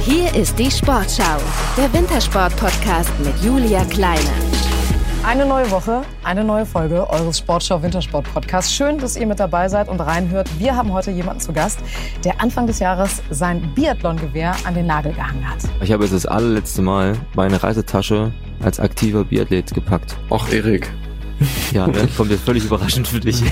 Hier ist die Sportschau, der Wintersport-Podcast mit Julia Kleine. Eine neue Woche, eine neue Folge eures Sportschau-Wintersport-Podcasts. Schön, dass ihr mit dabei seid und reinhört. Wir haben heute jemanden zu Gast, der Anfang des Jahres sein Biathlon-Gewehr an den Nagel gehangen hat. Ich habe jetzt das allerletzte Mal meine Reisetasche als aktiver Biathlet gepackt. Ach, Erik. Ja, ne? Kommt jetzt völlig überraschend für dich.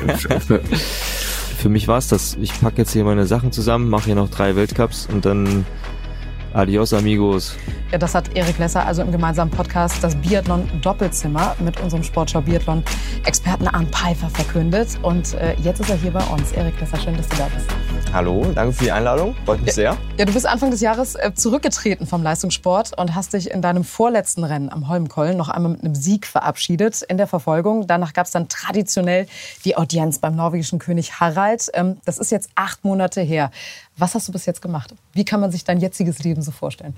Für mich war es das. Ich packe jetzt hier meine Sachen zusammen, mache hier noch 3 Weltcups und dann adios, amigos. Ja, das hat Erik Lesser also im gemeinsamen Podcast das Biathlon-Doppelzimmer mit unserem Sportschau-Biathlon-Experten Arndt Pfeiffer verkündet. Und jetzt ist er hier bei uns. Erik Lesser, schön, dass du da bist. Hallo, danke für die Einladung. Freut mich sehr. Ja, du bist Anfang des Jahres zurückgetreten vom Leistungssport und hast dich in deinem vorletzten Rennen am Holmenkollen noch einmal mit einem Sieg verabschiedet in der Verfolgung. Danach gab es dann traditionell die Audienz beim norwegischen König Harald. Das ist jetzt 8 Monate her. Was hast du bis jetzt gemacht? Wie kann man sich dein jetziges Leben so vorstellen?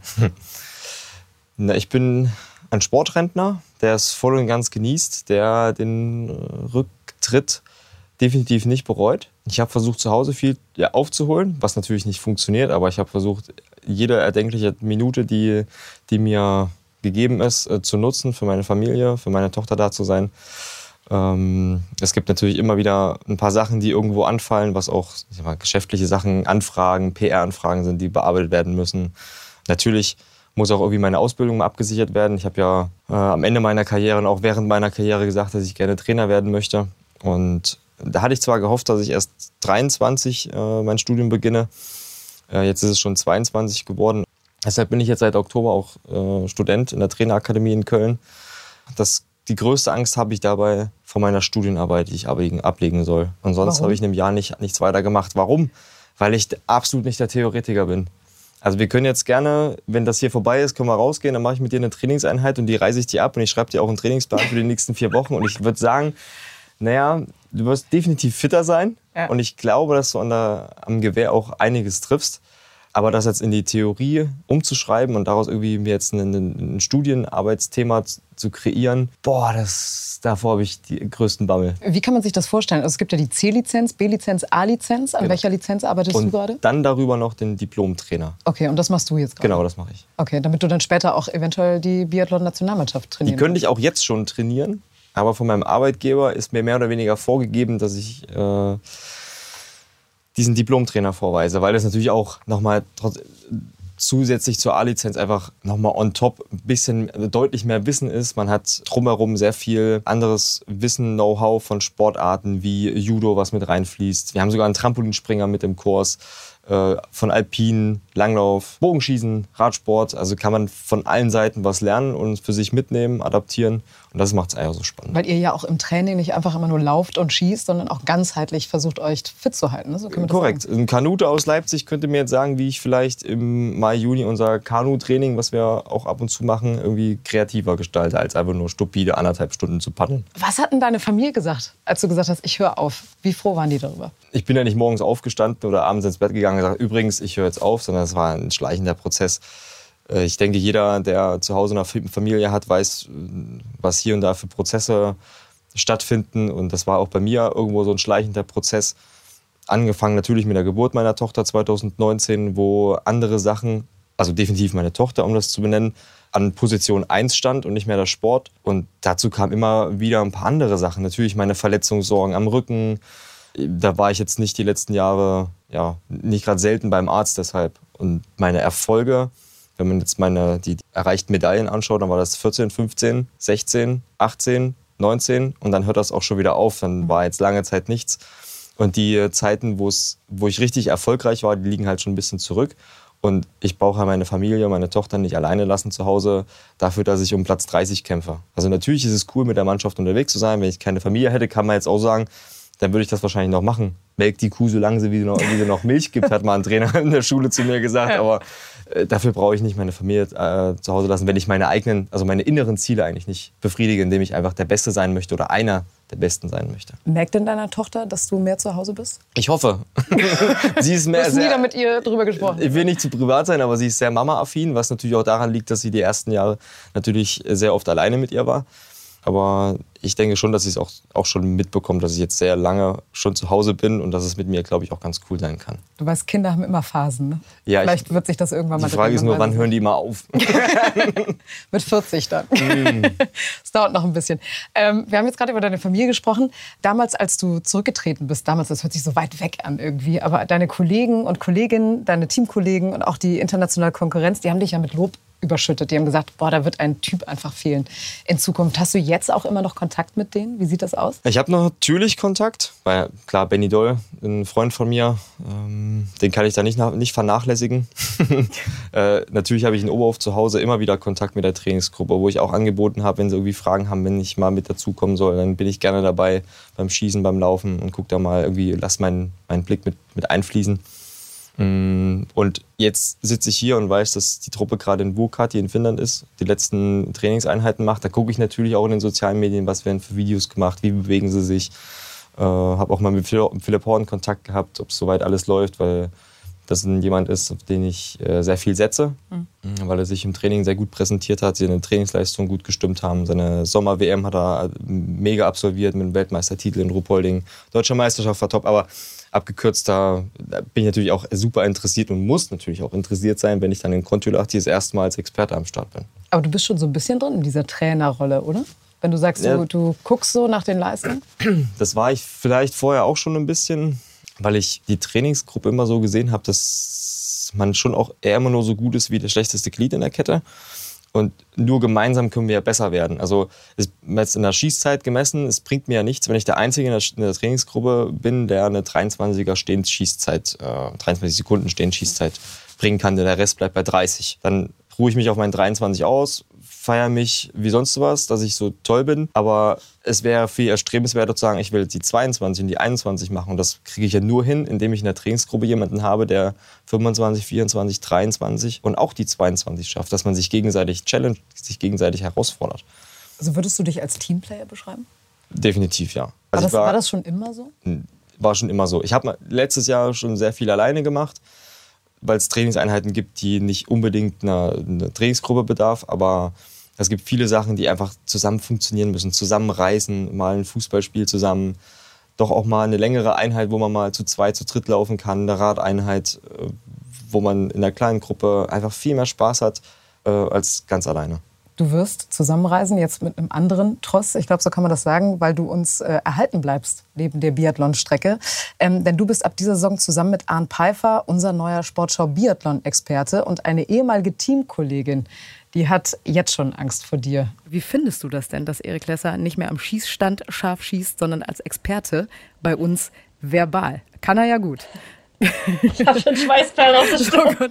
Na, ich bin ein Sportrentner, der es voll und ganz genießt, der den Rücktritt definitiv nicht bereut. Ich habe versucht, zu Hause viel aufzuholen, was natürlich nicht funktioniert, aber ich habe versucht, jede erdenkliche Minute, die mir gegeben ist, zu nutzen, für meine Familie, für meine Tochter da zu sein. Es gibt natürlich immer wieder ein paar Sachen, die irgendwo anfallen, was auch geschäftliche Sachen, Anfragen, PR-Anfragen sind, die bearbeitet werden müssen. Natürlich muss auch irgendwie meine Ausbildung mal abgesichert werden. Ich habe ja am Ende meiner Karriere und auch während meiner Karriere gesagt, dass ich gerne Trainer werden möchte. Und da hatte ich zwar gehofft, dass ich erst 23 mein Studium beginne. Jetzt ist es schon 22 geworden. Deshalb bin ich jetzt seit Oktober auch Student in der Trainerakademie in Köln. Die größte Angst habe ich dabei vor meiner Studienarbeit, die ich ablegen soll. Und sonst habe ich in einem Jahr nichts weiter gemacht. Warum? Weil ich absolut nicht der Theoretiker bin. Also wir können jetzt gerne, wenn das hier vorbei ist, können wir rausgehen, dann mache ich mit dir eine Trainingseinheit und die reise ich dir ab und ich schreibe dir auch einen Trainingsplan für die nächsten 4 Wochen. Und ich würde sagen, naja, du wirst definitiv fitter sein. Ja. Und ich glaube, dass du am Gewehr auch einiges triffst. Aber das jetzt in die Theorie umzuschreiben und daraus irgendwie mir jetzt ein Studienarbeitsthema zu kreieren, davor habe ich die größten Bammel. Wie kann man sich das vorstellen? Also es gibt ja die C-Lizenz, B-Lizenz, A-Lizenz. An welcher Lizenz arbeitest du gerade? Und dann darüber noch den Diplom-Trainer. Okay, und das machst du jetzt gerade? Genau, das mache ich. Okay, damit du dann später auch eventuell die Biathlon-Nationalmannschaft trainieren kannst. Die könnte ich auch jetzt schon trainieren. Aber von meinem Arbeitgeber ist mir mehr oder weniger vorgegeben, dass ich diesen Diplom-Trainer vorweise, weil das natürlich auch nochmal zusätzlich zur A-Lizenz einfach nochmal on top ein bisschen deutlich mehr Wissen ist. Man hat drumherum sehr viel anderes Wissen, Know-how von Sportarten wie Judo, was mit reinfließt. Wir haben sogar einen Trampolinspringer mit im Kurs, von Alpin, Langlauf, Bogenschießen, Radsport. Also kann man von allen Seiten was lernen und für sich mitnehmen, adaptieren. Und das macht es einfach so spannend. Weil ihr ja auch im Training nicht einfach immer nur lauft und schießt, sondern auch ganzheitlich versucht, euch fit zu halten. Ne? So korrekt. Ein Kanute aus Leipzig könnte mir jetzt sagen, wie ich vielleicht im Mai, Juni unser Kanu-Training, was wir auch ab und zu machen, irgendwie kreativer gestalte, als einfach nur stupide 1,5 Stunden zu paddeln. Was hat denn deine Familie gesagt, als du gesagt hast, ich höre auf? Wie froh waren die darüber? Ich bin ja nicht morgens aufgestanden oder abends ins Bett gegangen und gesagt, übrigens, ich höre jetzt auf, sondern es war ein schleichender Prozess. Ich denke, jeder, der zu Hause eine Familie hat, weiß, was hier und da für Prozesse stattfinden. Und das war auch bei mir irgendwo so ein schleichender Prozess. Angefangen natürlich mit der Geburt meiner Tochter 2019, wo andere Sachen, also definitiv meine Tochter, um das zu benennen, an Position 1 stand und nicht mehr der Sport. Und dazu kamen immer wieder ein paar andere Sachen. Natürlich meine Verletzungssorgen am Rücken. Da war ich jetzt nicht die letzten Jahre, nicht gerade selten beim Arzt deshalb. Und meine Erfolge, wenn man jetzt die erreichten Medaillen anschaut, dann war das 14, 15, 16, 18, 19 und dann hört das auch schon wieder auf. Dann war jetzt lange Zeit nichts. Und die Zeiten, wo ich richtig erfolgreich war, die liegen halt schon ein bisschen zurück. Und ich brauche ja meine Familie, meine Tochter nicht alleine lassen zu Hause, dafür, dass ich um Platz 30 kämpfe. Also natürlich ist es cool, mit der Mannschaft unterwegs zu sein. Wenn ich keine Familie hätte, kann man jetzt auch sagen, dann würde ich das wahrscheinlich noch machen. Melk die Kuh, solange sie wieder noch Milch gibt, hat mal ein Trainer in der Schule zu mir gesagt. Ja. Aber dafür brauche ich nicht meine Familie zu Hause lassen, wenn ich meine inneren Ziele eigentlich nicht befriedige, indem ich einfach der Beste sein möchte oder einer der Besten sein möchte. Merkt denn deine Tochter, dass du mehr zu Hause bist? Ich hoffe. Sie ist mehr, du hast nie da mit ihr drüber gesprochen. Ich will nicht zu privat sein, aber sie ist sehr Mama-affin, was natürlich auch daran liegt, dass sie die ersten Jahre natürlich sehr oft alleine mit ihr war. aber ich denke schon, dass sie es auch schon mitbekommt, dass ich jetzt sehr lange schon zu Hause bin und dass es mit mir, glaube ich, auch ganz cool sein kann. Du weißt, Kinder haben immer Phasen. Ne? Ja, vielleicht wird sich das irgendwann mal... Die Frage ist nur, wann hören die mal auf? Mit 40 dann. Das dauert noch ein bisschen. Wir haben jetzt gerade über deine Familie gesprochen. Damals, als du zurückgetreten bist, das hört sich so weit weg an irgendwie, aber deine Kollegen und Kolleginnen, deine Teamkollegen und auch die internationale Konkurrenz, die haben dich ja mit Lob überschüttet. Die haben gesagt, boah, da wird ein Typ einfach fehlen in Zukunft. Hast du jetzt auch immer noch Kontakt mit denen? Wie sieht das aus? Ich habe natürlich Kontakt, weil klar, Benny Doll, ein Freund von mir, den kann ich da nicht vernachlässigen. Natürlich habe ich in Oberhof zu Hause immer wieder Kontakt mit der Trainingsgruppe, wo ich auch angeboten habe, wenn sie irgendwie Fragen haben, wenn ich mal mit dazukommen soll, dann bin ich gerne dabei beim Schießen, beim Laufen und gucke da mal irgendwie, lass meinen Blick mit einfließen. Und jetzt sitze ich hier und weiß, dass die Truppe gerade in Vuokatti in Finnland ist, die letzten Trainingseinheiten macht. Da gucke ich natürlich auch in den sozialen Medien, was werden für Videos gemacht, wie bewegen sie sich. Habe auch mal mit Philipp Horn Kontakt gehabt, ob soweit alles läuft, weil das jemand ist, auf den ich sehr viel setze, weil er sich im Training sehr gut präsentiert hat, seine Trainingsleistung gut gestimmt haben. Seine Sommer-WM hat er mega absolviert mit einem Weltmeistertitel in Ruhpolding. Deutsche Meisterschaft war top, aber abgekürzt, da bin ich natürlich auch super interessiert und muss natürlich auch interessiert sein, wenn ich dann in Kontiolahti das erste Mal als Experte am Start bin. Aber du bist schon so ein bisschen drin in dieser Trainerrolle, oder? Wenn du sagst, du guckst so nach den Leistungen? Das war ich vielleicht vorher auch schon ein bisschen, weil ich die Trainingsgruppe immer so gesehen habe, dass man schon auch eher immer nur so gut ist wie das schlechteste Glied in der Kette. Und nur gemeinsam können wir ja besser werden. Also jetzt in der Schießzeit gemessen, es bringt mir ja nichts, wenn ich der Einzige in der Trainingsgruppe bin, der eine 23er Stehend-Schießzeit, 23 Sekunden Stehend-Schießzeit bringen kann. Der Rest bleibt bei 30. Dann ruhe ich mich auf meinen 23 aus, feiere mich wie sonst was, dass ich so toll bin. Aber es wäre viel erstrebenswerter zu sagen, ich will die 22 und die 21 machen. Und das kriege ich ja nur hin, indem ich in der Trainingsgruppe jemanden habe, der 25, 24, 23 und auch die 22 schafft. Dass man sich gegenseitig challenge, sich gegenseitig herausfordert. Also würdest du dich als Teamplayer beschreiben? Definitiv, ja. Also war das schon immer so? War schon immer so. Ich habe letztes Jahr schon sehr viel alleine gemacht, weil es Trainingseinheiten gibt, die nicht unbedingt eine Trainingsgruppe bedarf, aber es gibt viele Sachen, die einfach zusammen funktionieren müssen. Zusammen reisen, mal ein Fußballspiel zusammen, doch auch mal eine längere Einheit, wo man mal zu zweit, zu dritt laufen kann, eine Radeinheit, wo man in einer kleinen Gruppe einfach viel mehr Spaß hat als ganz alleine. Du wirst zusammenreisen, jetzt mit einem anderen Tross, ich glaube, so kann man das sagen, weil du uns erhalten bleibst neben der Biathlon-Strecke. Denn du bist ab dieser Saison zusammen mit Arnd Pfeiffer unser neuer Sportschau-Biathlon-Experte und eine ehemalige Teamkollegin, die hat jetzt schon Angst vor dir. Wie findest du das denn, dass Erik Lesser nicht mehr am Schießstand scharf schießt, sondern als Experte bei uns verbal? Kann er ja gut. Ich habe schon Schweißperlen auf der Stirn.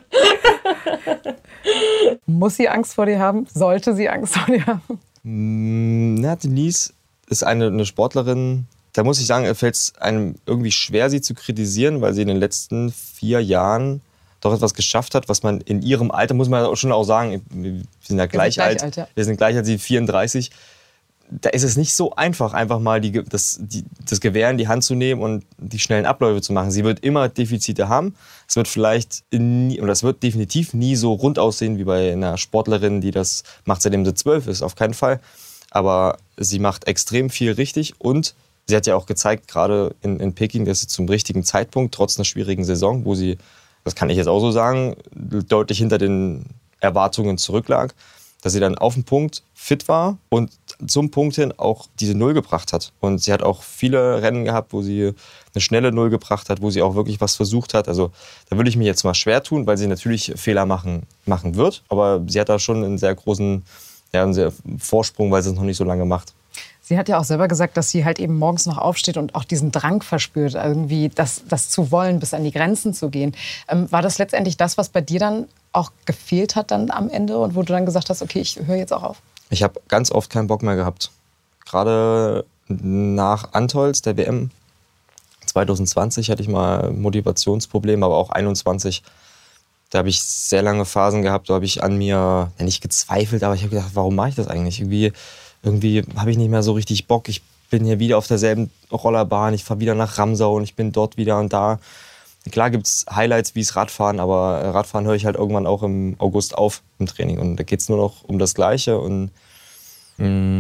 Muss sie Angst vor dir haben? Sollte sie Angst vor dir haben? Denise ist eine Sportlerin, da muss ich sagen, fällt es einem irgendwie schwer, sie zu kritisieren, weil sie in den letzten 4 Jahren doch etwas geschafft hat, was man in ihrem Alter, muss man schon auch sagen, wir sind ja gleich alt, ja. Wir sind gleich alt, sie 34, da ist es nicht so einfach mal das Gewehr in die Hand zu nehmen und die schnellen Abläufe zu machen. Sie wird immer Defizite haben. Es wird definitiv nie so rund aussehen wie bei einer Sportlerin, die das macht, seitdem sie 12 ist, auf keinen Fall. Aber sie macht extrem viel richtig und sie hat ja auch gezeigt, gerade in Peking, dass sie zum richtigen Zeitpunkt, trotz einer schwierigen Saison, wo sie, das kann ich jetzt auch so sagen, deutlich hinter den Erwartungen zurücklag, dass sie dann auf den Punkt fit war und zum Punkt hin auch diese Null gebracht hat. Und sie hat auch viele Rennen gehabt, wo sie eine schnelle Null gebracht hat, wo sie auch wirklich was versucht hat. Also da würde ich mir jetzt mal schwer tun, weil sie natürlich Fehler machen wird. Aber sie hat da schon einen sehr großen einen sehr Vorsprung, weil sie es noch nicht so lange macht. Sie hat ja auch selber gesagt, dass sie halt eben morgens noch aufsteht und auch diesen Drang verspürt, irgendwie das zu wollen, bis an die Grenzen zu gehen. War das letztendlich das, was bei dir dann auch gefehlt hat dann am Ende und wo du dann gesagt hast, okay, ich höre jetzt auch auf? Ich habe ganz oft keinen Bock mehr gehabt. Gerade nach Antholz, der WM 2020, hatte ich mal Motivationsprobleme, aber auch 21. Da habe ich sehr lange Phasen gehabt, da habe ich an mir nicht gezweifelt, aber ich habe gedacht, warum mache ich das eigentlich? Irgendwie habe ich nicht mehr so richtig Bock. Ich bin hier wieder auf derselben Rollerbahn, ich fahre wieder nach Ramsau und ich bin dort wieder und da. Klar gibt es Highlights wie das Radfahren, aber Radfahren höre ich halt irgendwann auch im August auf im Training. Und da geht es nur noch um das Gleiche. Und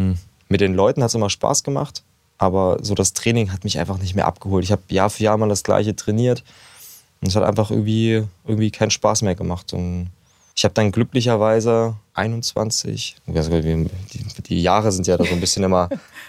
Mit den Leuten hat es immer Spaß gemacht, aber so das Training hat mich einfach nicht mehr abgeholt. Ich habe Jahr für Jahr mal das Gleiche trainiert und es hat einfach irgendwie keinen Spaß mehr gemacht. Und ich habe dann glücklicherweise 21, die Jahre sind ja da so ein bisschen immer,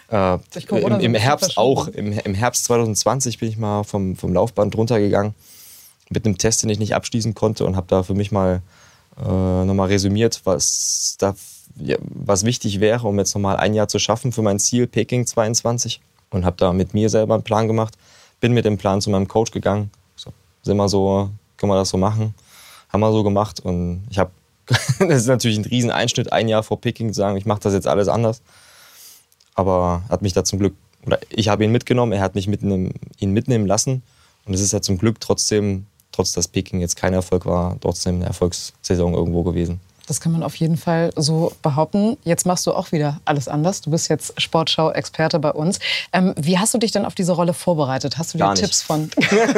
im Herbst auch, im Herbst 2020 bin ich mal vom Laufband runtergegangen mit einem Test, den ich nicht abschließen konnte und habe da für mich mal nochmal resümiert, was wichtig wäre, um jetzt nochmal ein Jahr zu schaffen für mein Ziel Peking 22 und habe da mit mir selber einen Plan gemacht, bin mit dem Plan zu meinem Coach gegangen, können wir das so machen, haben wir so gemacht und das ist natürlich ein riesen Einschnitt, ein Jahr vor Peking zu sagen, ich mache das jetzt alles anders, aber hat mich da zum Glück, oder ich habe ihn mitgenommen, er hat mich ihn mitnehmen lassen und es ist ja zum Glück trotzdem, trotz dass Peking jetzt kein Erfolg war, trotzdem eine Erfolgssaison irgendwo gewesen. Das kann man auf jeden Fall so behaupten. Jetzt machst du auch wieder alles anders. Du bist jetzt Sportschau-Experte bei uns. Wie hast du dich denn auf diese Rolle vorbereitet? Hast du dir Tipps von...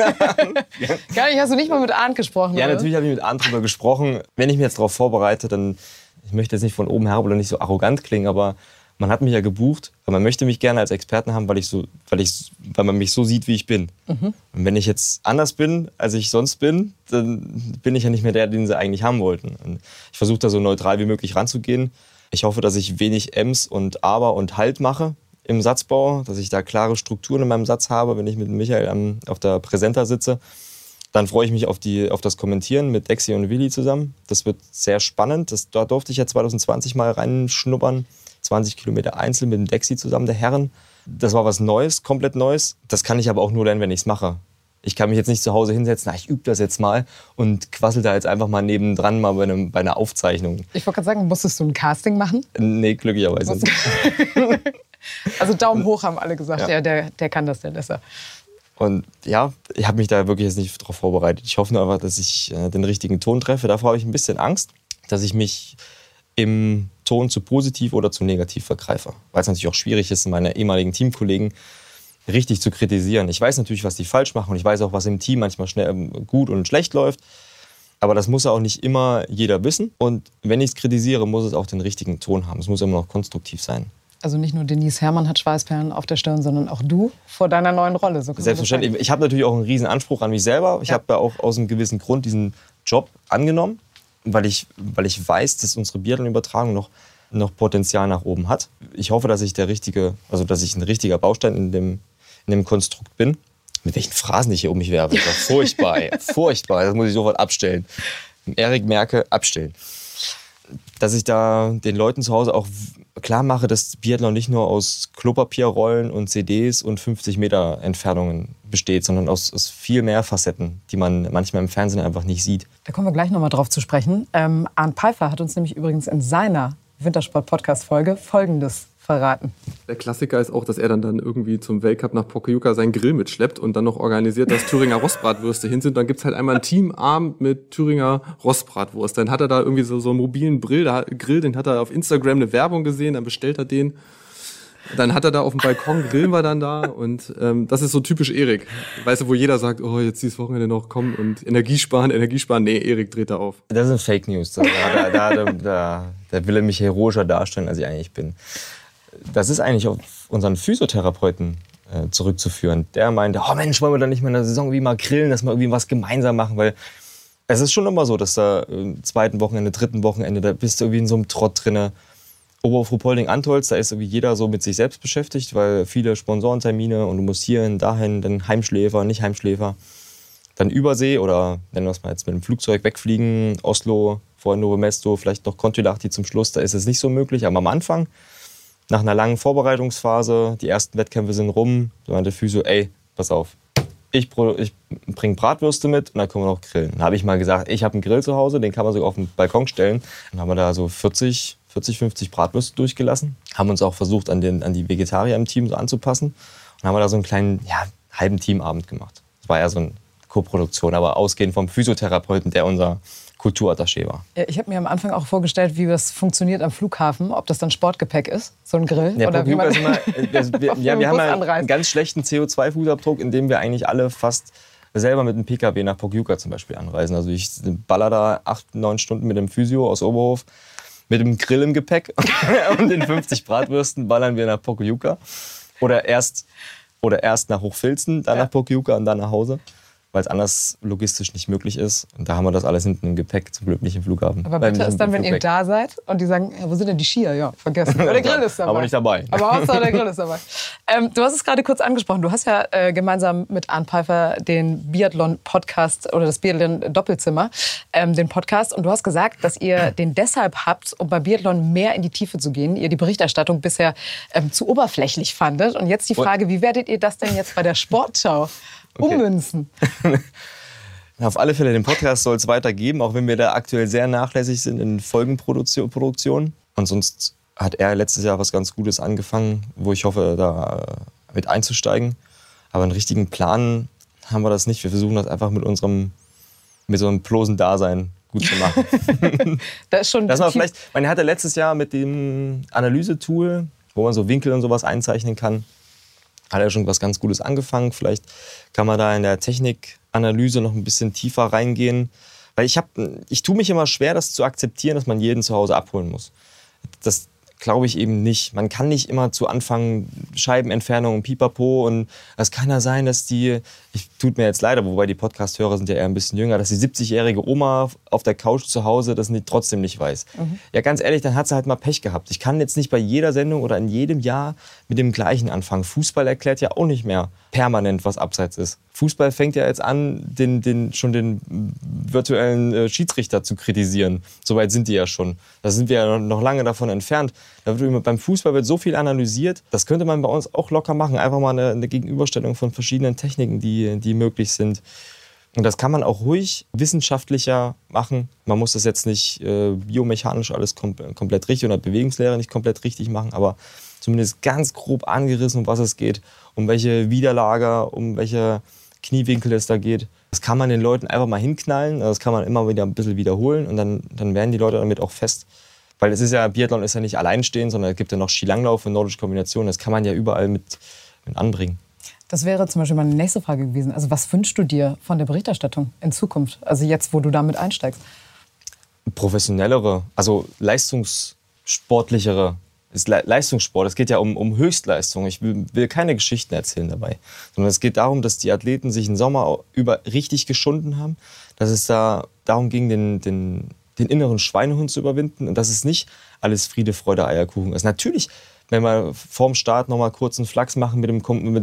Gar nicht? Hast du nicht mal mit Arndt gesprochen? Ja, oder? Natürlich habe ich mit Arndt drüber gesprochen. Wenn ich mich jetzt darauf vorbereite, dann... Ich möchte jetzt nicht von oben herab oder nicht so arrogant klingen, aber man hat mich ja gebucht. Aber man möchte mich gerne als Experten haben, weil man mich so sieht, wie ich bin. Mhm. Und wenn ich jetzt anders bin, als ich sonst bin, dann bin ich ja nicht mehr der, den sie eigentlich haben wollten. Und ich versuche da so neutral wie möglich ranzugehen. Ich hoffe, dass ich wenig Ems und Aber und Halt mache im Satzbau, dass ich da klare Strukturen in meinem Satz habe, wenn ich mit Michael auf der Präsenta sitze. Dann freue ich mich auf das Kommentieren mit Dexi und Willi zusammen. Das wird sehr spannend. Da durfte ich ja 2020 mal reinschnuppern. 20 Kilometer Einzel mit dem Dexi zusammen, der Herren. Das war was Neues, komplett Neues. Das kann ich aber auch nur lernen, wenn ich es mache. Ich kann mich jetzt nicht zu Hause hinsetzen, ich übe das jetzt mal und quassel da jetzt einfach mal nebendran mal bei einer Aufzeichnung. Ich wollte gerade sagen, musstest du ein Casting machen? Nee, glücklicherweise nicht. Also Daumen hoch haben alle gesagt, ja, der kann das, der Lesser. Und ja, ich habe mich da wirklich jetzt nicht darauf vorbereitet. Ich hoffe nur einfach, dass ich den richtigen Ton treffe. Davor habe ich ein bisschen Angst, dass ich mich im Ton zu positiv oder zu negativ vergreife. Weil es natürlich auch schwierig ist, meine ehemaligen Teamkollegen richtig zu kritisieren. Ich weiß natürlich, was die falsch machen und ich weiß auch, was im Team manchmal schnell gut und schlecht läuft. Aber das muss ja auch nicht immer jeder wissen. Und wenn ich es kritisiere, muss es auch den richtigen Ton haben. Es muss immer noch konstruktiv sein. Also nicht nur Denise Herrmann hat Schweißperlen auf der Stirn, sondern auch du vor deiner neuen Rolle. So selbstverständlich. Ich habe natürlich auch einen riesen Anspruch an mich selber. Ich habe ja auch aus einem gewissen Grund diesen Job angenommen, weil ich weiß, dass unsere Biathlon-Übertragung noch Potenzial nach oben hat. Ich hoffe, dass ich ein richtiger Baustein in dem Konstrukt bin. Mit welchen Phrasen ich hier um mich werfe. Das ist furchtbar, ey. Furchtbar. Das muss ich sofort abstellen. Erik Merke, abstellen. Dass ich da den Leuten zu Hause auch klar mache, dass Biathlon nicht nur aus Klopapierrollen und CDs und 50 Meter Entfernungen besteht, sondern aus viel mehr Facetten, die man manchmal im Fernsehen einfach nicht sieht. Da kommen wir gleich nochmal drauf zu sprechen. Arndt Pfeiffer hat uns nämlich übrigens in seiner Wintersport-Podcast-Folge Folgendes verraten. Der Klassiker ist auch, dass er dann irgendwie zum Weltcup nach Pokljuka seinen Grill mitschleppt und dann noch organisiert, dass Thüringer Rostbratwürste hin sind. Dann gibt's halt einmal einen Teamabend mit Thüringer Rostbratwurst. Dann hat er da irgendwie so einen mobilen Grill, den hat er auf Instagram eine Werbung gesehen, dann bestellt er den. Dann hat er da auf dem Balkon, grillen wir dann da und das ist so typisch Erik. Weißt du, wo jeder sagt, oh, jetzt dieses Wochenende noch, komm und Energie sparen. Nee, Erik dreht da auf. Das sind Fake News. Da will er mich heroischer darstellen, als ich eigentlich bin. Das ist eigentlich auf unseren Physiotherapeuten zurückzuführen. Der meinte, oh Mensch, wollen wir dann nicht mal in der Saison irgendwie mal grillen, dass wir irgendwie was gemeinsam machen, weil es ist schon immer so, dass da im zweiten Wochenende, dritten Wochenende, da bist du irgendwie in so einem Trott drinne. Oberhof-Ruhpolding-Antholz, da ist irgendwie jeder so mit sich selbst beschäftigt, weil viele Sponsorentermine und du musst hierhin, dahin, dann Heimschläfer, nicht Heimschläfer. Dann Übersee oder nennen wir es mal jetzt mit dem Flugzeug wegfliegen, Oslo, vorhin Novo Mesto, vielleicht noch Kontiolahti zum Schluss, da ist es nicht so möglich. Aber am Anfang, nach einer langen Vorbereitungsphase, die ersten Wettkämpfe sind rum, da meinte Physio, ey, pass auf, ich bringe Bratwürste mit und dann können wir noch grillen. Dann habe ich mal gesagt, ich habe einen Grill zu Hause, den kann man sogar auf den Balkon stellen. Dann haben wir da so 50 Bratwürste durchgelassen. Haben uns auch versucht, an die Vegetarier im Team so anzupassen. Und haben wir da so einen kleinen, halben Teamabend gemacht. Das war ja so eine Co-Produktion, aber ausgehend vom Physiotherapeuten, der unser Kulturattaché war. Ja, ich habe mir am Anfang auch vorgestellt, wie das funktioniert am Flughafen, ob das dann Sportgepäck ist, so ein Grill. Ja, oder wie man wir haben einen ganz schlechten CO2-Fußabdruck, indem wir eigentlich alle fast selber mit einem PKW nach Pokljuka zum Beispiel anreisen. Also ich baller da 8-9 Stunden mit dem Physio aus Oberhof mit dem Grill im Gepäck und den 50 Bratwürsten ballern wir nach Pokljuka. Oder erst nach Hochfilzen, dann nach Pokljuka und dann nach Hause, weil es anders logistisch nicht möglich ist. Und da haben wir das alles hinten im Gepäck, zum Glück nicht im Flughafen. Aber bitte ist dann, wenn ihr da seid und die sagen, ja, wo sind denn die Skier? Ja, vergessen. Aber der Grill ist dabei. Aber nicht dabei. Aber Hauptsache der Grill ist dabei. Du hast es gerade kurz angesprochen. Du hast ja gemeinsam mit Arndt Pfeiffer den Biathlon-Podcast oder das Biathlon-Doppelzimmer, den Podcast. Und du hast gesagt, dass ihr den deshalb habt, um bei Biathlon mehr in die Tiefe zu gehen. Ihr die Berichterstattung bisher zu oberflächlich fandet. Und jetzt die Frage, wie werdet ihr das denn jetzt bei der Sportschau ummünzen? Auf alle Fälle, den Podcast soll es weitergeben, auch wenn wir da aktuell sehr nachlässig sind in Folgenproduktion. Und sonst hat er letztes Jahr was ganz Gutes angefangen, wo ich hoffe, da mit einzusteigen. Aber einen richtigen Plan haben wir das nicht. Wir versuchen das einfach mit so einem bloßen Dasein gut zu machen. Man hatte letztes Jahr mit dem Analysetool, wo man so Winkel und sowas einzeichnen kann, hat er schon was ganz Gutes angefangen. Vielleicht kann man da in der Technikanalyse noch ein bisschen tiefer reingehen. Weil ich tue mich immer schwer, das zu akzeptieren, dass man jeden zu Hause abholen muss. Das glaube ich eben nicht. Man kann nicht immer zu Anfang Scheibenentfernung und Pipapo und es kann ja sein, dass tut mir jetzt leider, wobei die Podcast-Hörer sind ja eher ein bisschen jünger, dass die 70-jährige Oma auf der Couch zu Hause das trotzdem nicht weiß. Ja, ganz ehrlich, dann hat sie halt mal Pech gehabt. Ich kann jetzt nicht bei jeder Sendung oder in jedem Jahr mit dem gleichen anfangen. Fußball erklärt ja auch nicht mehr permanent, was Abseits ist. Fußball fängt ja jetzt an, den virtuellen Schiedsrichter zu kritisieren. Soweit sind die ja schon. Da sind wir ja noch lange davon entfernt. Beim Fußball wird so viel analysiert. Das könnte man bei uns auch locker machen. Einfach mal eine Gegenüberstellung von verschiedenen Techniken, die möglich sind. Und das kann man auch ruhig wissenschaftlicher machen. Man muss das jetzt nicht biomechanisch alles komplett richtig oder Bewegungslehre nicht komplett richtig machen, aber zumindest ganz grob angerissen, um was es geht, um welche Widerlager, um welche Kniewinkel es da geht. Das kann man den Leuten einfach mal hinknallen, das kann man immer wieder ein bisschen wiederholen und dann werden die Leute damit auch fest. Weil Biathlon ist ja nicht alleinstehend, sondern es gibt ja noch Skilanglauf und nordische Kombination. Das kann man ja überall mit anbringen. Das wäre zum Beispiel meine nächste Frage gewesen. Also was wünschst du dir von der Berichterstattung in Zukunft? Also jetzt, wo du damit einsteigst. Professionellere, also leistungssportlichere. Leistungssport, es geht ja um Höchstleistung. Ich will keine Geschichten erzählen dabei. Sondern es geht darum, dass die Athleten sich im Sommer über richtig geschunden haben. Dass es da darum ging, den inneren Schweinehund zu überwinden. Und dass es nicht alles Friede, Freude, Eierkuchen ist. Natürlich, wenn wir vorm Start noch mal kurz einen Flachs machen mit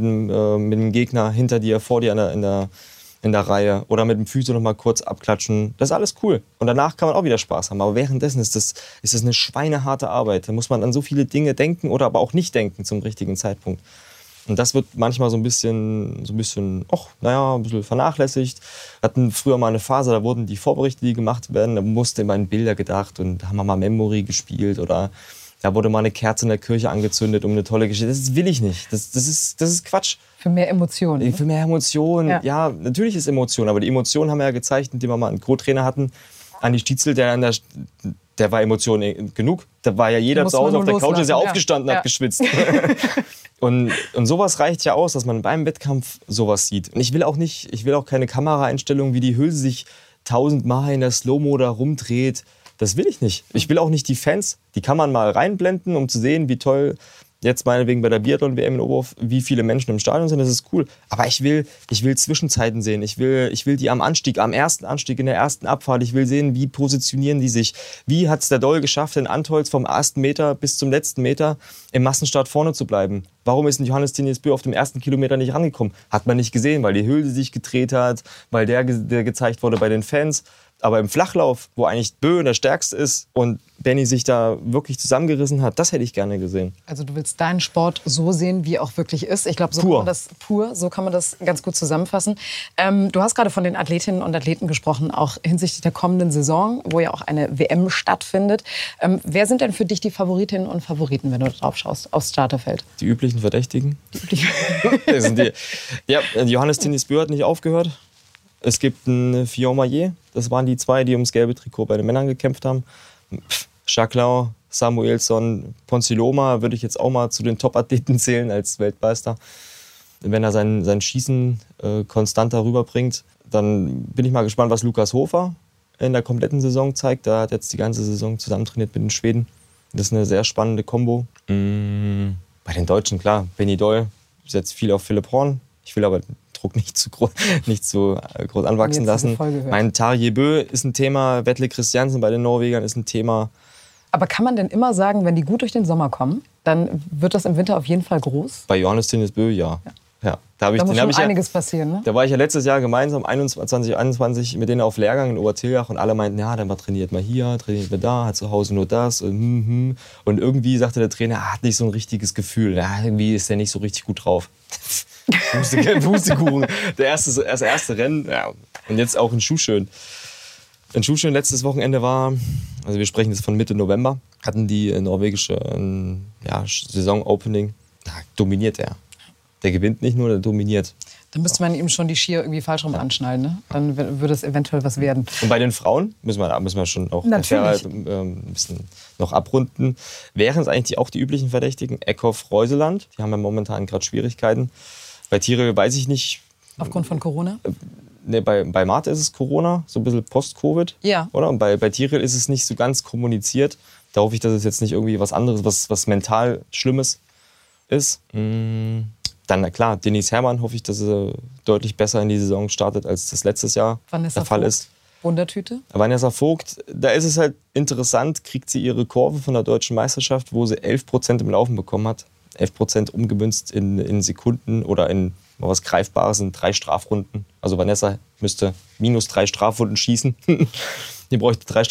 dem Gegner hinter dir, vor dir in der Reihe oder mit dem Physio noch mal kurz abklatschen, das ist alles cool. Und danach kann man auch wieder Spaß haben. Aber währenddessen ist das eine schweineharte Arbeit. Da muss man an so viele Dinge denken oder aber auch nicht denken zum richtigen Zeitpunkt. Und das wird manchmal so ein bisschen vernachlässigt. Wir hatten früher mal eine Phase, da wurden die Vorberichte, die gemacht werden, da musste immer an Bilder gedacht und da haben wir mal Memory gespielt oder da wurde mal eine Kerze in der Kirche angezündet um eine tolle Geschichte. Das will ich nicht. Das ist Quatsch. Für mehr Emotionen. Für mehr Emotionen. Ja, natürlich ist Emotion. Aber die Emotionen haben wir ja gezeigt, indem wir mal einen Co-Trainer hatten. Andi Stietzel, der war Emotionen genug. Da war ja jeder zu Hause auf der Couch, ist ja aufgestanden, hat geschwitzt. Und sowas reicht ja aus, dass man beim Wettkampf sowas sieht. Und ich will auch keine Kameraeinstellung, wie die Hülse sich 1000-mal in der Slow-Mo da rumdreht. Das will ich nicht. Ich will auch nicht die Fans, die kann man mal reinblenden, um zu sehen, wie toll jetzt meinetwegen bei der Biathlon-WM in Oberhof, wie viele Menschen im Stadion sind, das ist cool. Aber ich will Zwischenzeiten sehen. Ich will die am ersten Anstieg, in der ersten Abfahrt. Ich will sehen, wie positionieren die sich. Wie hat es der Doll geschafft, in Antholz vom ersten Meter bis zum letzten Meter im Massenstart vorne zu bleiben? Warum ist ein Johannes Tinius Bö auf dem ersten Kilometer nicht rangekommen? Hat man nicht gesehen, weil die Hülse sich gedreht hat, weil der gezeigt wurde bei den Fans. Aber im Flachlauf, wo eigentlich Bö der Stärkste ist und Benny sich da wirklich zusammengerissen hat, das hätte ich gerne gesehen. Also du willst deinen Sport so sehen, wie er auch wirklich ist. Ich glaube, so kann man das ganz gut zusammenfassen. Du hast gerade von den Athletinnen und Athleten gesprochen, auch hinsichtlich der kommenden Saison, wo ja auch eine WM stattfindet. Wer sind denn für dich die Favoritinnen und Favoriten, wenn du drauf schaust, aufs Starterfeld? Die üblichen Verdächtigen. Das sind die. Ja, Johannes Tinius Bö hat nicht aufgehört. Es gibt einen Fillon Maillet, das waren die zwei, die ums gelbe Trikot bei den Männern gekämpft haben. Jacquelin, Samuelsson, Ponsiloma würde ich jetzt auch mal zu den Top-Athleten zählen als Weltmeister. Wenn er sein Schießen konstanter rüberbringt, dann bin ich mal gespannt, was Lukas Hofer in der kompletten Saison zeigt. Da hat jetzt die ganze Saison zusammen trainiert mit den Schweden. Das ist eine sehr spannende Kombo. Bei den Deutschen, klar, Benny Doll setzt viel auf Philipp Horn. Ich will aber den Druck nicht zu groß anwachsen lassen. Mein Tarjei Bø ist ein Thema, Vetle Christiansen bei den Norwegern ist ein Thema. Aber kann man denn immer sagen, wenn die gut durch den Sommer kommen, dann wird das im Winter auf jeden Fall groß? Bei Johannes Tinnes Bø, ja. Da muss schon einiges passieren, ne? Da war ich ja letztes Jahr gemeinsam, 2021, mit denen auf Lehrgang in Obertilgach und alle meinten, ja, dann trainiert mal hier, trainiert mal da, hat zu Hause nur das. Und irgendwie sagte der Trainer, er hat nicht so ein richtiges Gefühl. Ja, irgendwie ist er nicht so richtig gut drauf. Pustekuchen. Das erste Rennen. Ja. Und jetzt auch in Schuhschön. In Schuhschön letztes Wochenende war, also wir sprechen jetzt von Mitte November, hatten die norwegische Saison-Opening. Da dominiert er. Der gewinnt nicht nur, der dominiert. Dann müsste man ihm schon die Skier irgendwie falsch rum anschneiden, ne? Dann würde es eventuell was werden. Und bei den Frauen müssen wir schon auch ein bisschen noch abrunden. Wären es eigentlich auch die üblichen Verdächtigen? Eckhoff, Reuseland, die haben ja momentan gerade Schwierigkeiten. Bei Tiril weiß ich nicht. Aufgrund von Corona? Ne, bei Marte ist es Corona, so ein bisschen Post-Covid. Ja. Oder? Und bei Tiril ist es nicht so ganz kommuniziert. Da hoffe ich, dass es jetzt nicht irgendwie was anderes, was mental Schlimmes ist. Dann, na klar, Denise Herrmann hoffe ich, dass sie deutlich besser in die Saison startet, als das letztes Jahr Vanessa der Fall Vogt. ist. Wundertüte? Vanessa Vogt, da ist es halt interessant, kriegt sie ihre Kurve von der Deutschen Meisterschaft, wo sie 11% im Laufen bekommen hat. 11% umgemünzt in Sekunden oder in was Greifbares in 3 Strafrunden. Also Vanessa müsste -3 Strafrunden schießen. Die bräuchte 3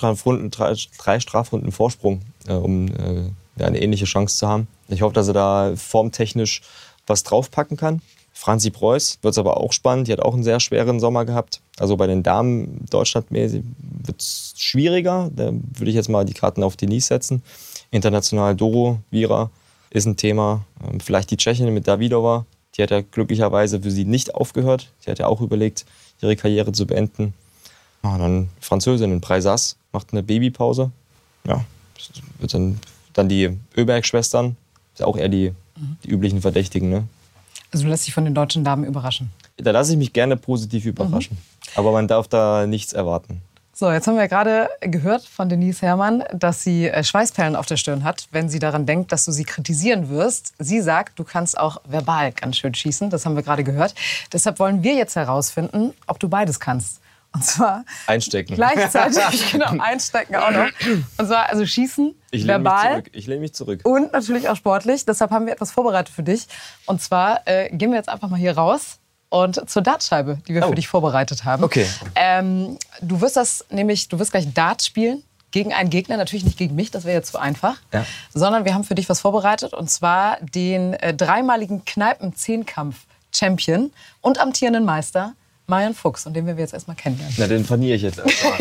Strafrunden Vorsprung, um eine ähnliche Chance zu haben. Ich hoffe, dass sie da formtechnisch was draufpacken kann. Franzi Preuß wird es aber auch spannend. Die hat auch einen sehr schweren Sommer gehabt. Also bei den Damen deutschlandmäßig wird es schwieriger. Da würde ich jetzt mal die Karten auf Denise setzen. International Doro Vira ist ein Thema. Vielleicht die Tschechin mit Davidova. Die hat ja glücklicherweise für sie nicht aufgehört. Die hat ja auch überlegt, ihre Karriere zu beenden. Und dann Französin in Preisas macht eine Babypause. Ja, wird dann die Öberg-Schwestern. Ist ja auch eher die üblichen Verdächtigen, ne? Also du lässt dich von den deutschen Damen überraschen? Da lasse ich mich gerne positiv überraschen. Aber man darf da nichts erwarten. So, jetzt haben wir gerade gehört von Denise Herrmann, dass sie Schweißperlen auf der Stirn hat, wenn sie daran denkt, dass du sie kritisieren wirst. Sie sagt, du kannst auch verbal ganz schön schießen. Das haben wir gerade gehört. Deshalb wollen wir jetzt herausfinden, ob du beides kannst. Und zwar einstecken. Gleichzeitig, genau, einstecken auch noch. Und zwar also schießen, verbal. Ich lehne mich zurück. Und natürlich auch sportlich. Deshalb haben wir etwas vorbereitet für dich. Und zwar gehen wir jetzt einfach mal hier raus und zur Dartscheibe, die wir für dich vorbereitet haben. Okay. Du wirst gleich Dart spielen gegen einen Gegner, natürlich nicht gegen mich, das wäre jetzt zu einfach, sondern wir haben für dich was vorbereitet und zwar den dreimaligen Kneipen-Zehnkampf-Champion und amtierenden Meister Marian Fuchs, und den wir jetzt erstmal kennenlernen. Na, den verniere ich jetzt erstmal.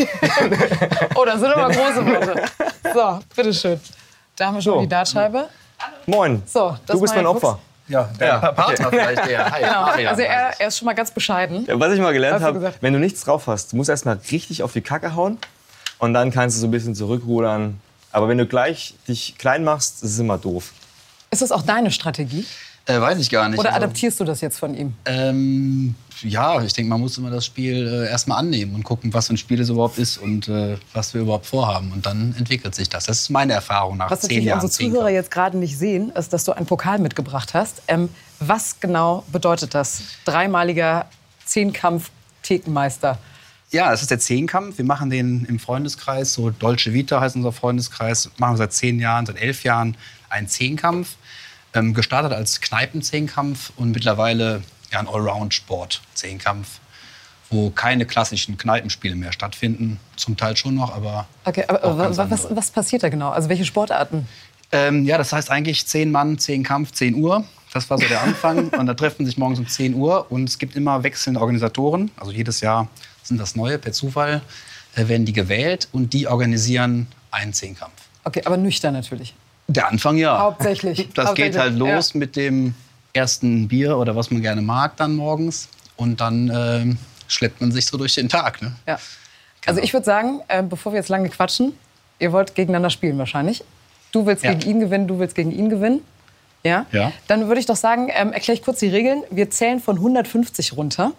Oh, das sind aber große Worte. So, bitteschön. Da haben wir schon die Dartscheibe. Moin. So, du bist mein Opfer. Ja, der Partner vielleicht eher. Hi, Genau. Marian. Also er ist schon mal ganz bescheiden. Ja, was ich mal gelernt Hast du habe, gesagt? wenn du nichts drauf hast, du musst erstmal richtig auf die Kacke hauen und dann kannst du so ein bisschen zurückrudern. Aber wenn du gleich dich klein machst, ist es immer doof. Ist das auch deine Strategie? Weiß ich gar nicht. Oder adaptierst du das jetzt von ihm? Ja, ich denke, man muss immer das Spiel erstmal annehmen und gucken, was für ein Spiel es überhaupt ist und was wir überhaupt vorhaben. Und dann entwickelt sich das. Das ist meine Erfahrung nach 10 Jahren. Was natürlich unsere Zuhörer jetzt gerade nicht sehen, ist, dass du einen Pokal mitgebracht hast. Was genau bedeutet das? Dreimaliger Zehnkampf-Thekenmeister. Ja, es ist der Zehnkampf. Wir machen den im Freundeskreis, so Dolce Vita heißt unser Freundeskreis, machen wir seit 10 Jahren, seit 11 Jahren einen Zehnkampf. Gestartet als Kneipen-Zehnkampf und mittlerweile ein Allround-Sport-Zehnkampf, wo keine klassischen Kneipenspiele mehr stattfinden. Zum Teil schon noch, aber. Okay, aber was passiert da genau? Also welche Sportarten? Ja, das heißt eigentlich 10 Mann, 10 Kampf, 10 Uhr. Das war so der Anfang. Und da treffen sich morgens um 10 Uhr und es gibt immer wechselnde Organisatoren. Also jedes Jahr sind das neue, per Zufall werden die gewählt und die organisieren einen Zehnkampf. Okay, aber nüchtern natürlich. Der Anfang, ja. Hauptsächlich. Das geht halt los mit dem ersten Bier oder was man gerne mag dann morgens. Und dann schleppt man sich so durch den Tag. Ne? Ja. Also ich würde sagen, bevor wir jetzt lange quatschen, ihr wollt gegeneinander spielen wahrscheinlich. Du willst gegen ihn gewinnen, du willst gegen ihn gewinnen. Ja? Ja. Dann würde ich doch sagen, erkläre ich kurz die Regeln. Wir zählen von 150 runter.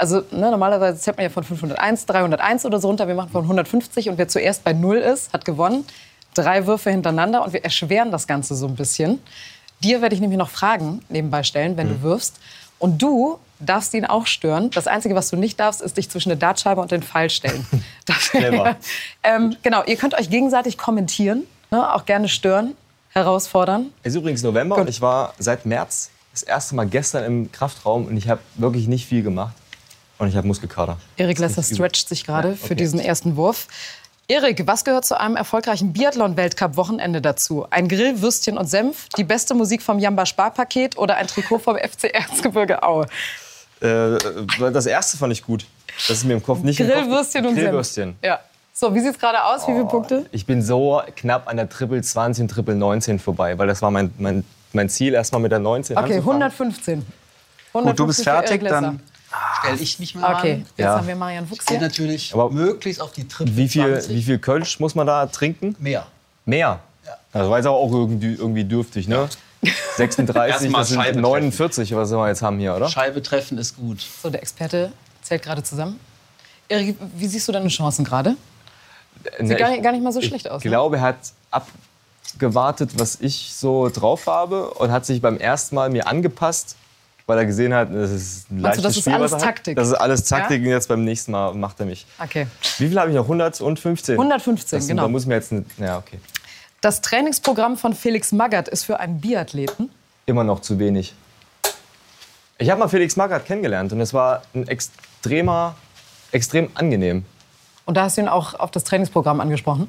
Also normalerweise zählt man ja von 501, 301 oder so runter. Wir machen von 150 und wer zuerst bei 0 ist, hat gewonnen. 3 Würfe hintereinander und wir erschweren das Ganze so ein bisschen. Dir werde ich nämlich noch Fragen nebenbei stellen, wenn du wirfst. Und du darfst ihn auch stören. Das Einzige, was du nicht darfst, ist dich zwischen eine Dartscheibe und den Pfeil stellen. Clever. Genau, ihr könnt euch gegenseitig kommentieren, ne? Auch gerne stören, herausfordern. Es ist übrigens November und ich war seit März das erste Mal gestern im Kraftraum und ich habe wirklich nicht viel gemacht. Und ich habe Muskelkater. Erik Lesser stretcht sich gerade für diesen ersten Wurf. Erik, was gehört zu einem erfolgreichen Biathlon-Weltcup-Wochenende dazu? Ein Grill, Würstchen und Senf, die beste Musik vom Jamba-Sparpaket oder ein Trikot vom FC Erzgebirge Aue? Das erste fand ich gut. Das ist mir im Kopf nicht Grill, im Kopf. Würstchen und Grillwürstchen. Senf. Ja. So, wie sieht's gerade aus? Wie viele Punkte? Ich bin so knapp an der Triple 20 und Triple 19 vorbei, weil das war mein Ziel, erstmal mit der 19 Okay, anzufangen. 115. Gut, du bist für Erik fertig, Lesser. dann stelle ich mich mal Okay, an. jetzt haben wir Marian Fuchs Ich gehe hier. natürlich Aber möglichst auf die Triple Wie 20. viel Kölsch muss man da trinken? Mehr. Mehr? Ja. Das war jetzt aber auch irgendwie dürftig, ne? 36, Erstmal das sind Scheibe 49, was wir jetzt haben hier, oder? Scheibe treffen ist gut. So, der Experte zählt gerade zusammen. Erik, wie siehst du deine Chancen gerade? Sieht gar nicht mal so schlecht aus. Ich glaube, er hat abgewartet, was ich so drauf habe und hat sich beim ersten Mal mir angepasst, weil er gesehen hat, das ist ein Meinst du, leichtes das ist Spiel, alles was er hat. Taktik? Das ist alles Taktik Ja? und jetzt beim nächsten Mal macht er mich. Okay. Wie viel habe ich noch? 115? 115, Das, genau. Da muss mir jetzt ja, okay. Das Trainingsprogramm von Felix Magath ist für einen Biathleten. Immer noch zu wenig. Ich habe mal Felix Magath kennengelernt und es war ein extrem angenehm. Und da hast du ihn auch auf das Trainingsprogramm angesprochen.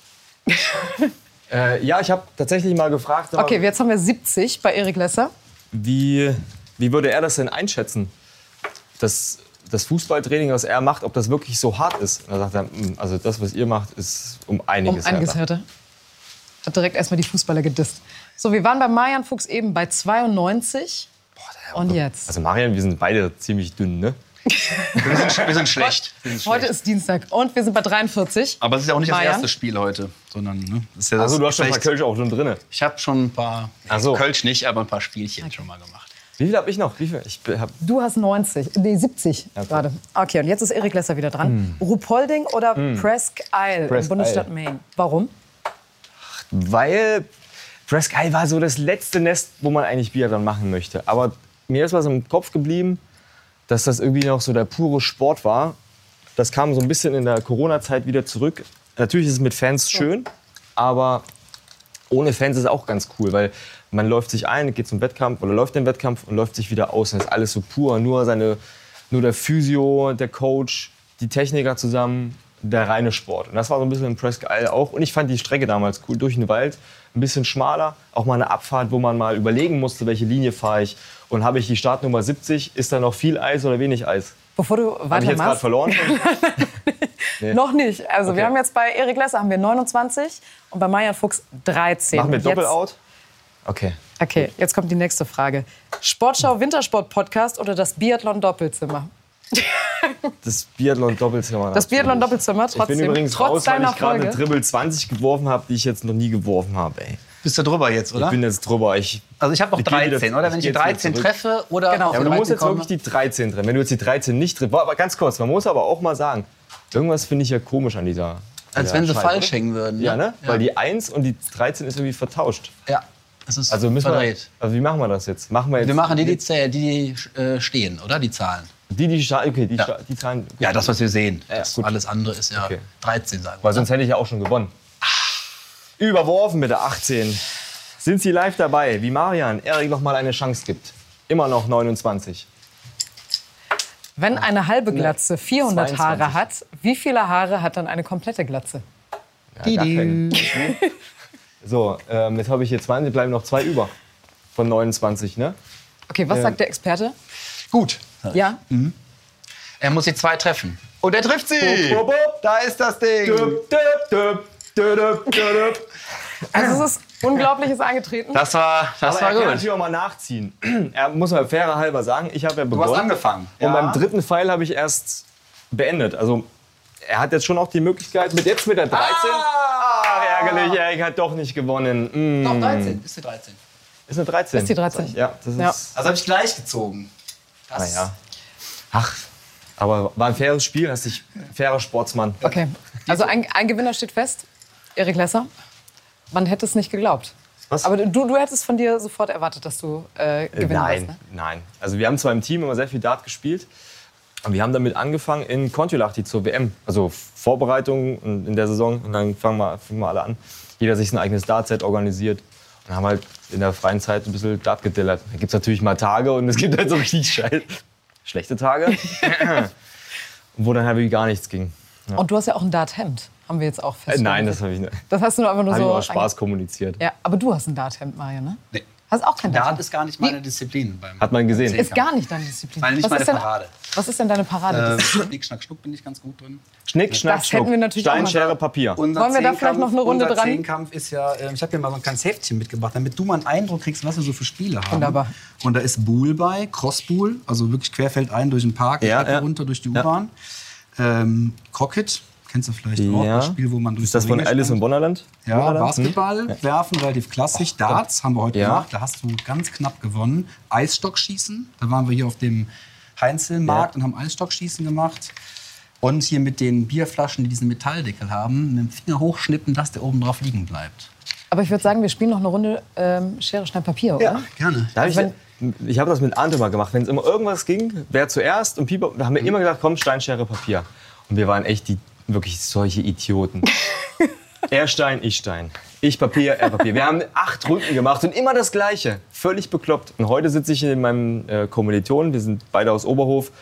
Ja, ich habe tatsächlich mal gefragt, Okay, jetzt haben wir 70 bei Erik Lesser. wie würde er das denn einschätzen? Das Fußballtraining, was er macht, ob das wirklich so hart ist. Und da sagt er, also das, was ihr macht, ist um einiges härter. härter. Hat direkt erstmal die Fußballer gedisst. So, wir waren bei Marian Fuchs eben bei 92. Und jetzt? Also Marian, wir sind beide ziemlich dünn, ne? Wir sind schlecht. Heute ist Dienstag und wir sind bei 43. Aber es ist ja auch nicht das Marian? erste Spiel heute, sondern das ist ja das Also du hast schon ein paar Gefecht. Kölsch auch schon drin. Ich habe schon ein paar, Ach so. Kölsch nicht, aber ein paar Spielchen schon mal gemacht. Wie viel habe ich noch? Wie viel? Du hast 70 gerade. Okay, und jetzt ist Erik Lesser wieder dran. Ruhpolding oder Presque Isle Presque im Bundesstaat Isle. Maine? Warum? Weil Presque Isle war so das letzte Nest, wo man eigentlich Biathlon machen möchte. Aber mir ist was im Kopf geblieben, dass das irgendwie noch so der pure Sport war. Das kam so ein bisschen in der Corona-Zeit wieder zurück. Natürlich ist es mit Fans schön, aber ohne Fans ist es auch ganz cool, weil man läuft sich ein, geht zum Wettkampf oder läuft den Wettkampf und läuft sich wieder aus. Und das ist alles so pur, nur der Physio, der Coach, die Techniker zusammen, der reine Sport. Und das war so ein bisschen in Presque Isle auch. Und ich fand die Strecke damals cool, durch den Wald, ein bisschen schmaler, auch mal eine Abfahrt, wo man mal überlegen musste, welche Linie fahre ich. Und habe ich die Startnummer 70, ist da noch viel Eis oder wenig Eis? Bevor du Habe ich jetzt gerade weitermachst. verloren? Nee. Noch nicht. Also Okay. wir haben jetzt bei Erik Lesser haben wir 29 und bei Marian Fuchs 13. Machen wir Jetzt- Doppelout? Okay. Okay, jetzt kommt die nächste Frage. Sportschau Wintersport Podcast oder das Biathlon Doppelzimmer? Das Biathlon-Doppelzimmer. Das Biathlon-Doppelzimmer Ich trotzdem. bin übrigens trotz raus, weil deiner ich gerade eine Folge. Triple 20 geworfen habe, die ich jetzt noch nie geworfen habe. Ey. Bist du drüber jetzt, oder? Ich bin jetzt drüber. Also ich habe noch ich gehe wieder- 13, oder? Wenn ich die gehe jetzt wieder 13 zurück. treffe oder Genau. auf Ja, aber die du musst 13 jetzt komme. wirklich die 13 treffen. Wenn du jetzt die 13 nicht triffst, aber ganz kurz, man muss aber auch mal sagen, irgendwas finde ich ja komisch an dieser Als wenn sie Scheibe, falsch oder? hängen würden. Ja, ne? Weil die 1 und die 13 ist irgendwie vertauscht. Ja, es ist Also müssen verdreht. also wie machen wir das jetzt? Machen wir jetzt Wir machen die stehen, oder? Die Zahlen. die Zahlen. Ja. Die Zahlen. Ja, das, was wir sehen. Ja, Das gut. alles andere ist ja Okay. 13, sagen wir. Weil sonst hätte ich ja auch schon gewonnen. Überworfen mit der 18. Sind Sie live dabei, wie Marian Erik noch mal eine Chance gibt? Immer noch 29. Wenn eine halbe Glatze 400 22. Haare hat, wie viele Haare hat dann eine komplette Glatze? Ja, gar keine. So, jetzt habe ich hier 20, bleiben noch 2 über. Von 29, ne? Okay, was sagt der Experte? Gut. Ja? Er muss die 2 treffen. Und er trifft sie! Da ist das Ding! Also es ist Unglaubliches eingetreten. Das war Aber er kann gut. natürlich auch mal nachziehen. Er muss mal fairer halber sagen, ich habe ja begonnen. Du hast angefangen. Und beim dritten Pfeil habe ich erst beendet. Also er hat jetzt schon auch die Möglichkeit, mit der 13. Ach, ärgerlich, Erik hat doch nicht gewonnen. Doch, 13. Ist die 13. Ist eine 13. Ist die 13. Ja, das ist... Ja. Also habe ich gleich gezogen. Das Naja. Ach, Aber war ein faires Spiel, hast dich fairer Sportsmann. Okay, also ein Gewinner steht fest, Erik Lesser. Man hätte es nicht geglaubt. Was? Aber du hättest von dir sofort erwartet, dass du gewinnen wirst, ne? Nein. Also wir haben zwar im Team immer sehr viel Dart gespielt. Und wir haben damit angefangen in Kontiolahti zur WM. Also Vorbereitung in der Saison. Und dann fangen wir alle an. Jeder sich ein eigenes Dart-Set organisiert. Und haben halt in der freien Zeit ein bisschen Dart gedillert. Da gibt es natürlich mal Tage und es gibt halt so richtig schlechte Tage. Wo dann halt wirklich gar nichts ging. Ja. Und du hast ja auch ein Dart-Hemd, haben wir jetzt auch festgestellt. Nein, das habe ich nicht. Das hast du nur einfach nur Habe so... ich aus Spaß kommuniziert. Ja, aber du hast ein Dart-Hemd, Mario, ne? Nee. Hast auch kein Dart Dart-Hemd? ist gar nicht meine Disziplin. Hat man gesehen. Ist gar nicht deine Disziplin. Nicht meine Parade. Was ist denn deine Parade? Schnick, Schnack, Schnuck bin ich ganz gut drin. Schnick, Schnack, Das hätten Schnuck. wir natürlich auch Stein, mal- Schere, Papier. Wollen wir da vielleicht noch eine Runde unser dran? Zehnkampf ist ja, ich habe hier mal so ein kleines Heftchen mitgebracht, damit du mal einen Eindruck kriegst, was wir so für Spiele haben. Wunderbar. Und da ist Buhl bei, Crossbuhl, also wirklich querfeldein durch den Park, runter durch die U-Bahn. Crockett, kennst du vielleicht auch, das Spiel, wo man durch Ist das die von Ringe Alice spannt. im Wonderland? Ja, Wonderland? Basketball, werfen, relativ klassisch. Darts haben wir heute Ja. gemacht, da hast du ganz knapp gewonnen. Eisstockschießen, da waren wir hier auf dem Heinzelmarkt und haben Eisstockschießen gemacht. Und hier mit den Bierflaschen, die diesen Metalldeckel haben, mit dem Finger hochschnippen, dass der oben drauf liegen bleibt. Aber ich würde sagen, wir spielen noch eine Runde Schere, Stein, Papier, oder? gerne. Ich habe das mit Arndt immer gemacht. Wenn es immer irgendwas ging, wer zuerst und Pieper, da haben wir immer gesagt, komm, Stein, Schere, Papier. Und wir waren echt wirklich solche Idioten. Er Stein, ich Stein. Ich Papier, er Papier. Wir haben 8 Runden gemacht und immer das Gleiche. Völlig bekloppt. Und heute sitze ich in meinem Kommilitonen, wir sind beide aus Oberhof.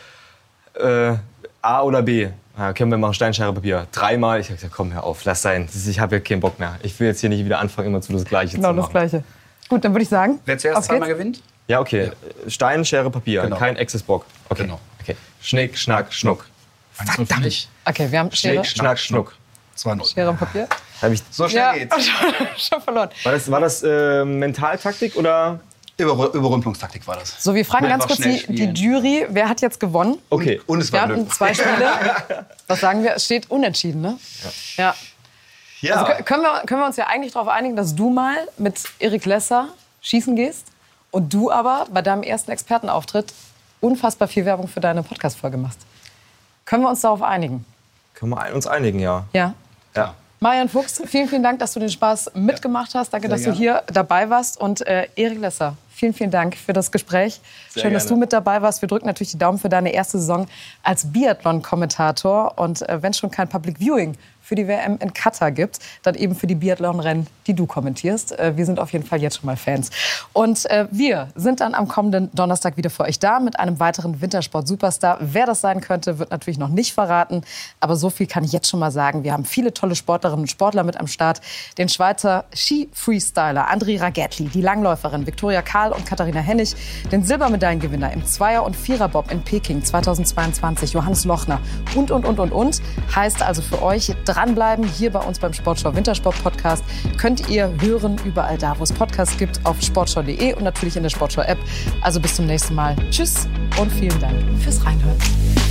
A oder B? Ja, können wir machen Stein, Schere, Papier. 3-mal. Ich habe gesagt, komm, hör auf, lass sein. Ich habe ja keinen Bock mehr. Ich will jetzt hier nicht wieder anfangen, immer zu das Gleiche zu machen. Genau das Gleiche. Gut, dann würde ich sagen, Wer zuerst auf zweimal geht's. gewinnt? Ja, okay. Stein, Schere, Papier. Genau. Kein Access-Bock. Okay. Genau. Okay. Schnick, Schnack, Schnuck. Verdammt. Okay, wir haben Schere, Schnick, Schnack, Schnuck. 2-0. Schere und Papier. Hab ich, So schnell geht's. Schon verloren. war das Mentaltaktik oder? Überrumpelungstaktik war das. So, wir fragen ganz Einfach kurz schnell die spielen. Jury, wer hat jetzt gewonnen? Okay. Und es Wir war hatten Glück. 2 Spiele. Was sagen wir? Es steht unentschieden, ne? Ja. Ja. Also können wir uns ja eigentlich darauf einigen, dass du mal mit Erik Lesser schießen gehst und du aber bei deinem ersten Expertenauftritt unfassbar viel Werbung für deine Podcast-Folge machst. Können wir uns darauf einigen? Können wir uns einigen, ja. Ja. Ja. Marian Fuchs, vielen, vielen Dank, dass du den Spaß mitgemacht hast. Danke, dass du hier dabei warst. Und Erik Lesser, vielen, vielen Dank für das Gespräch. Sehr Schön, dass gerne. du mit dabei warst. Wir drücken natürlich die Daumen für deine erste Saison als Biathlon-Kommentator. Und wenn es schon kein Public Viewing für die WM in Katar gibt, dann eben für die Biathlon-Rennen, die du kommentierst. Wir sind auf jeden Fall jetzt schon mal Fans. Und wir sind dann am kommenden Donnerstag wieder für euch da mit einem weiteren Wintersport-Superstar. Wer das sein könnte, wird natürlich noch nicht verraten. Aber so viel kann ich jetzt schon mal sagen. Wir haben viele tolle Sportlerinnen und Sportler mit am Start. Den Schweizer Ski-Freestyler André Ragetli, die Langläuferin Viktoria Karl und Katharina Hennig, den Silbermedaillengewinner im Zweier- und Viererbob in Peking 2022, Johannes Lochner und. Heißt also für euch, dranbleiben hier bei uns beim Sportschau Wintersport Podcast. Könnt ihr hören überall da, wo es Podcasts gibt, auf sportschau.de und natürlich in der Sportschau App. Also bis zum nächsten Mal. Tschüss und vielen Dank fürs Reinhören.